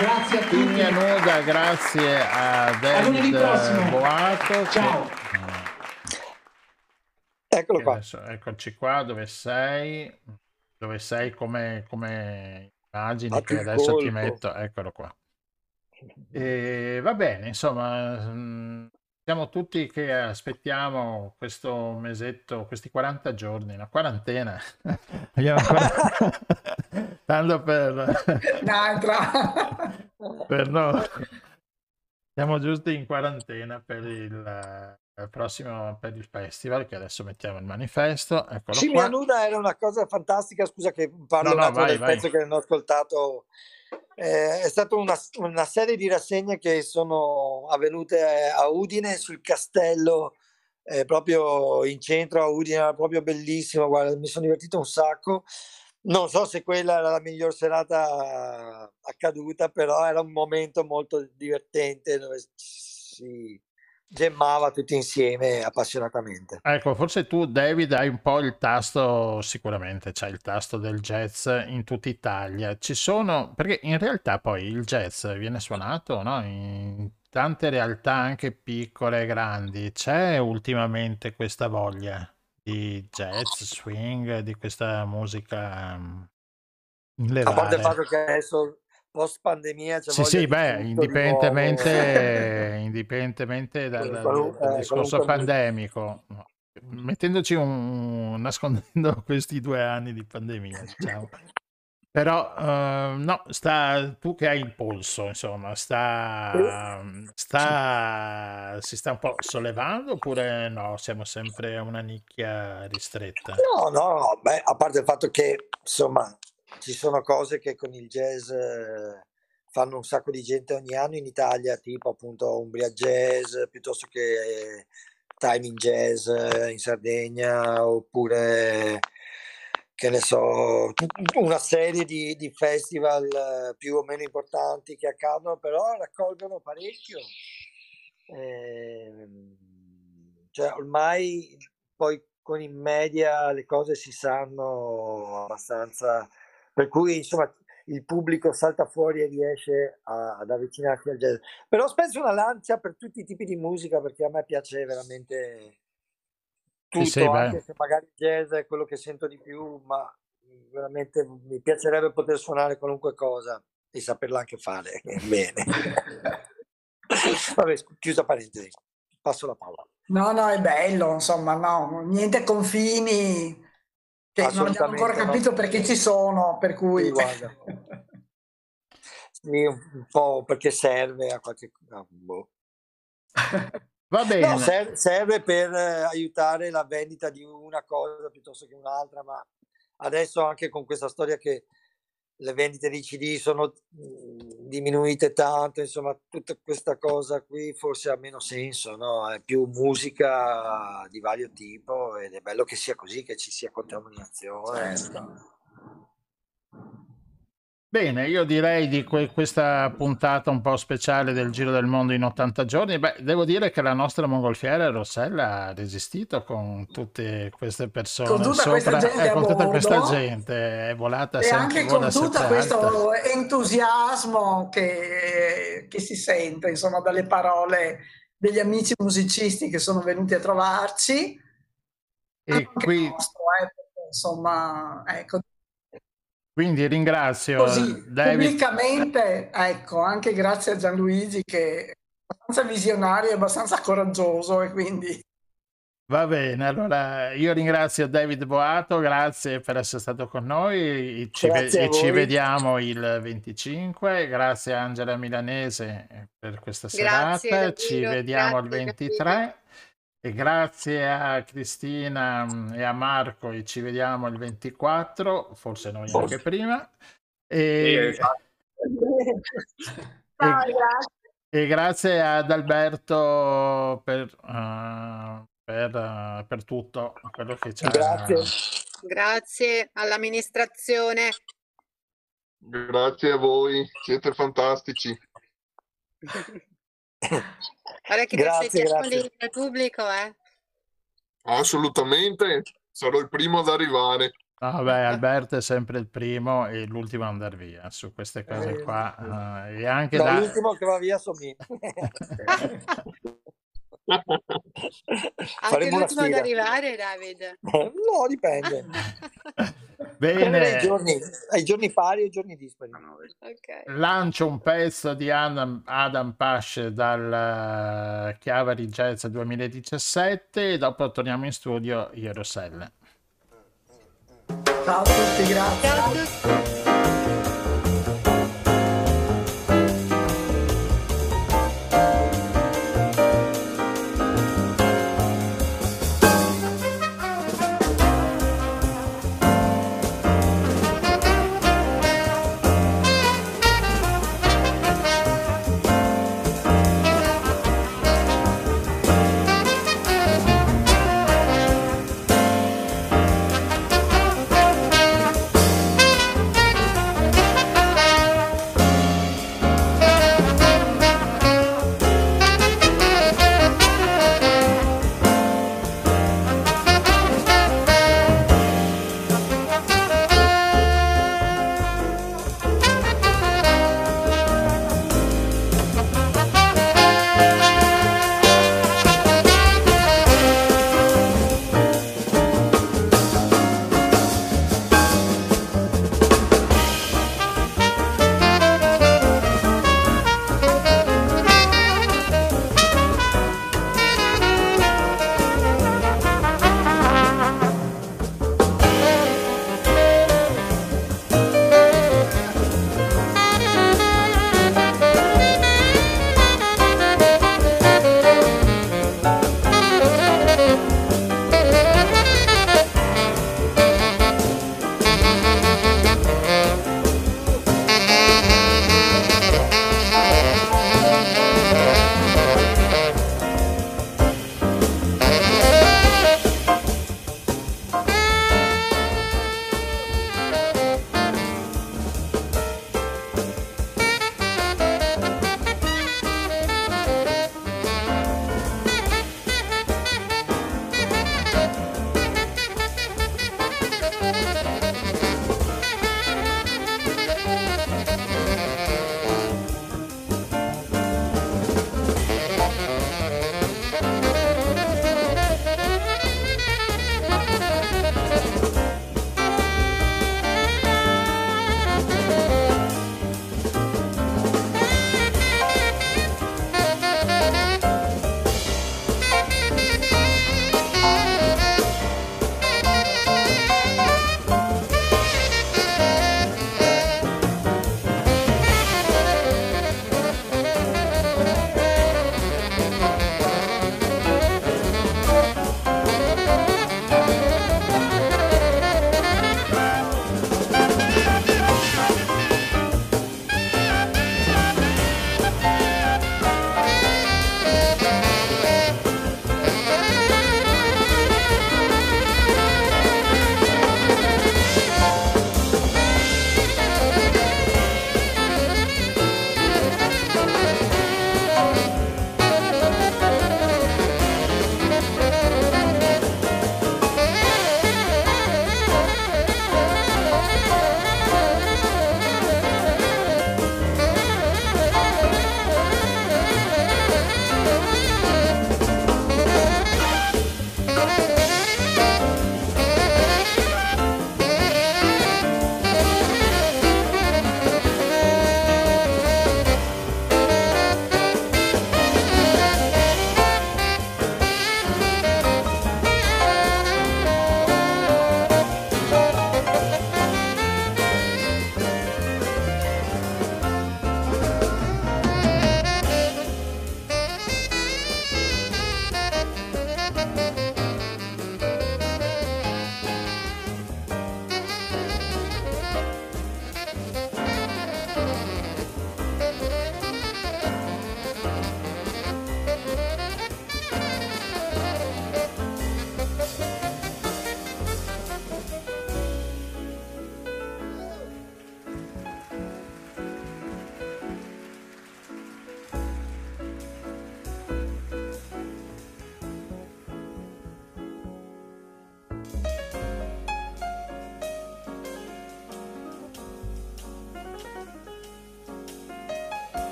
Grazie a tutti. Pigna Nuda, grazie a A lunedì David prossimo. Boato. Ciao. Che, Eccolo che qua. adesso, eccoci qua, dove sei? Dove sei come, come immagini Fatti che il adesso ti colpo. metto? Eccolo qua. E va bene, insomma, mm, siamo tutti che aspettiamo questo mesetto, questi quaranta giorni, la quarantena. Abbiamo ancora tanto per, Un'altra. per no. Siamo giusto in quarantena per il, il prossimo, per il festival, che adesso mettiamo il manifesto, eccolo Scimmia qua. Nuda era una cosa fantastica, scusa che No, parlo un no, attimo vai, del vai. pezzo che non ho ascoltato. Eh, è stata una, una serie di rassegne che sono avvenute a Udine sul castello, eh, proprio in centro a Udine, era proprio bellissimo, guarda, mi sono divertito un sacco. Non so se quella era la miglior serata accaduta, però era un momento molto divertente dove si gemmava tutti insieme appassionatamente. Ecco, forse tu, David, hai un po' il tasto, sicuramente c'hai il tasto del jazz in tutta Italia. Ci sono, perché in realtà poi il jazz viene suonato, no? In tante realtà anche piccole e grandi. C'è ultimamente questa voglia di jazz, swing, di questa musica mm, in A parte il levare. fatto che adesso post pandemia c'è Sì, voglia sì, di beh, tutto di nuovo, indipendentemente, indipendentemente dal, qual- dal- qualun- dal eh, discorso qualunque musica. pandemico, no, mettendoci un, nascondendo questi due anni di pandemia, diciamo. Però, eh, no, sta, tu che hai il polso, insomma, sta, sta, si sta un po' sollevando oppure no, siamo sempre a una nicchia ristretta? No, no, no, beh, a parte il fatto che insomma ci sono cose che con il jazz eh, fanno un sacco di gente ogni anno in Italia, tipo appunto Umbria Jazz, piuttosto che eh, Timing Jazz eh, in Sardegna, oppure che ne so, tut- una serie di, di festival eh, più o meno importanti che accadono, però raccolgono parecchio. Ehm, cioè ormai poi con in media le cose si sanno abbastanza, per cui insomma il pubblico salta fuori e riesce a- ad avvicinarsi al jazz. Però spezzo una lancia per tutti i tipi di musica perché a me piace veramente Sì, sì, tutto, anche beh, se magari il jazz è quello che sento di più, ma veramente mi piacerebbe poter suonare qualunque cosa e saperla anche fare bene. Vabbè, scu- chiusa parentesi, passo la parola. No, no, è bello, insomma, no, niente confini, che non abbiamo ancora Assolutamente no. capito perché ci sono, per Sì, cui... guarda. Sì, un un po' perché serve a qualche... no, boh. va No, bene. ser- serve per eh, aiutare la vendita di una cosa piuttosto che un'altra, ma adesso anche con questa storia che le vendite di C D sono mh, diminuite tanto, insomma, tutta questa cosa qui forse ha meno senso, no? È più musica di vario tipo ed è bello che sia così, che ci sia contaminazione. Bene, io direi di que- questa puntata un po' speciale del Giro del Mondo in ottanta giorni. Beh, devo dire che la nostra mongolfiera Rossella ha resistito con tutte queste Con persone tutta questa sopra, gente eh, a con tutta questa bordo gente, è volata e sempre, anche vola con tutto sempre alta. questo entusiasmo che, che si sente, insomma, dalle parole degli amici musicisti che sono venuti a trovarci, E anche qui, nostro, eh, perché, insomma, ecco, quindi ringrazio così David. pubblicamente, ecco, anche grazie a Gianluigi che è abbastanza visionario e abbastanza coraggioso e quindi Va bene, allora io ringrazio David Boato, grazie per essere stato con noi e ci, ve- Grazie a e ci voi. vediamo il venticinque, grazie a Angela Milanese eh, per questa Grazie serata, ci davvero, vediamo il grazie Gianluigi. ventitré e grazie a Cristina mm, e a Marco e ci vediamo il ventiquattro, forse noi anche prima. E, Ciao, e- grazie. e grazie ad Alberto per, eh, per, eh, per tutto quello che ci ha. Grazie. Grazie all'amministrazione. Grazie a voi, siete fantastici. Guarda che ti Grazie, aspettiamo grazie. lì nel pubblico, eh. Assolutamente, sarò il primo ad arrivare. No, beh, Alberto è sempre il primo e l'ultimo a andare via su queste cose Eh, qua. eh, e anche no, da... l'ultimo che va via sono io. Anche Faremo una l'ultimo ad sfida. arrivare, Davide. No, dipende. Dipende dai Bene, giorni, ai giorni pari o ai giorni dispari. Ok. lancio un pezzo di Adam, Adam Pash dal eh, Chiavari Jazz duemiladiciassette e dopo torniamo in studio io e Rossella. Ciao a tutti, grazie. Ciao a tutti.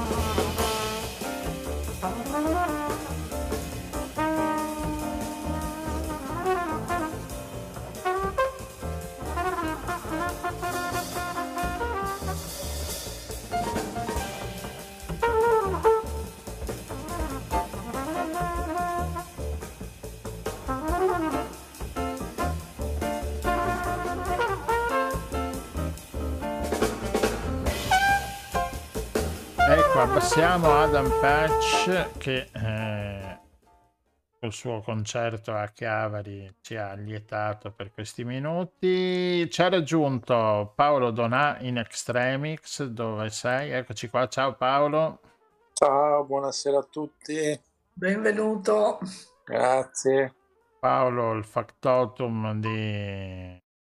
Ecco, abbassiamo Adam Patch che eh, col suo concerto a Chiavari ci ha lietato per questi minuti. Ci ha raggiunto Paolo Donà in Extremix. Dove sei? Eccoci qua. Ciao Paolo. Ciao, buonasera a tutti. Benvenuto. Grazie. Paolo, il factotum di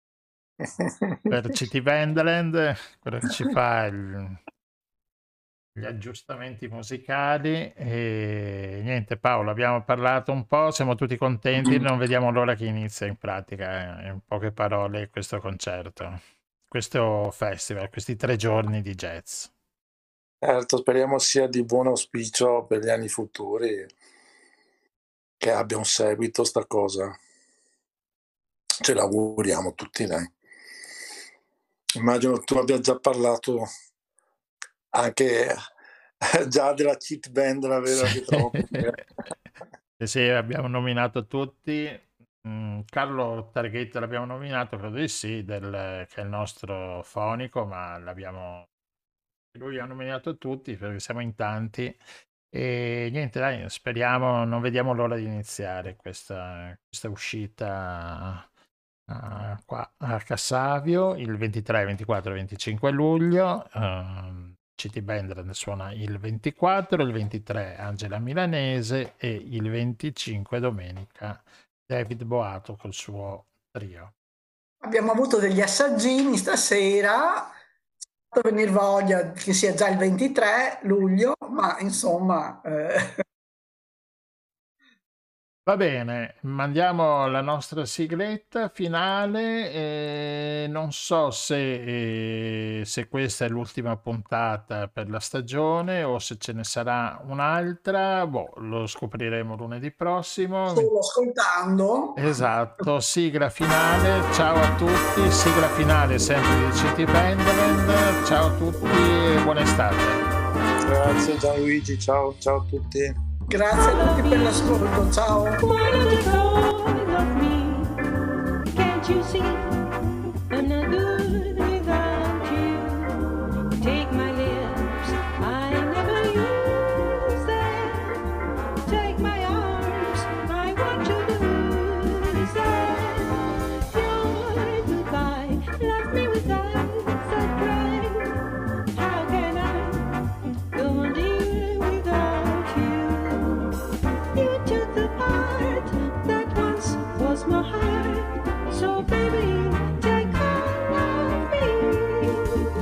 per City Wonderland, quello che ci fa il... gli aggiustamenti musicali. E niente, Paolo, abbiamo parlato un po', siamo tutti contenti, non vediamo l'ora che inizia in pratica, eh, in poche parole, questo concerto, questo festival, questi tre giorni di jazz. Certo, speriamo sia di buon auspicio per gli anni futuri, che abbia un seguito sta cosa. Ce l'auguriamo tutti, dai. Immagino tu abbia già parlato anche già della cheat band, la vera che trovo. Sì, sì, abbiamo nominato tutti. Mm, Carlo Targhetto l'abbiamo nominato, credo di sì, del, che è il nostro fonico, ma l'abbiamo lui ha nominato tutti perché siamo in tanti. E niente, dai, speriamo, non vediamo l'ora di iniziare questa, questa uscita uh, qua a Cassavio il ventitré, ventiquattro e venticinque luglio. Uh, City Wonderland suona il ventiquattro, il ventitré Angela Milanese e il venticinque domenica David Boato col suo trio. Abbiamo avuto degli assaggini stasera, fatto venire voglia che sia già il ventitré luglio, ma insomma... Eh... Va bene, mandiamo la nostra sigletta finale. Eh, non so se, eh, se questa è l'ultima puntata per la stagione o se ce ne sarà un'altra. Boh, lo scopriremo lunedì prossimo. Solo ascoltando. Esatto, sigla finale. Ciao a tutti, sigla finale sempre di City Wonderland. Ciao a tutti e buona estate. Grazie Gianluigi, ciao, ciao a tutti. Grazie a tutti per l'ascolto, ciao. Why don't you call of me? Can't you see I'm not good without you? Take my lips, I never use them. Take my arms, I want to lose them. Your goodbye left me with eyes that cry. How can I go on, dear, without you? You took the part that once was my heart, so baby, take hold of me.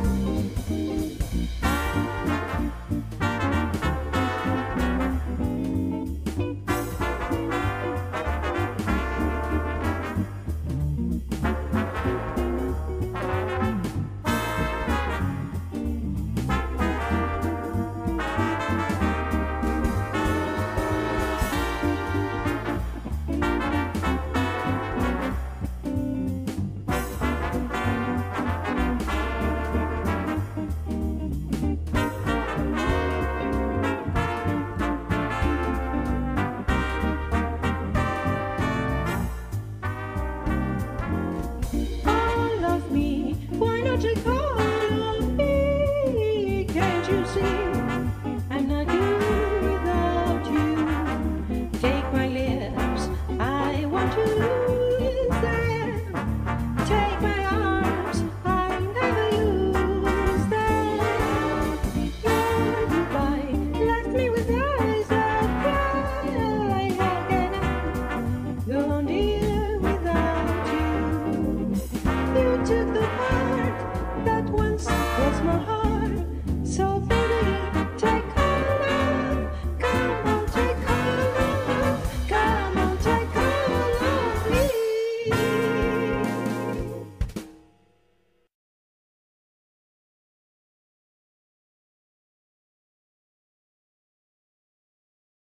All of me, why not take hold of me? Can't you see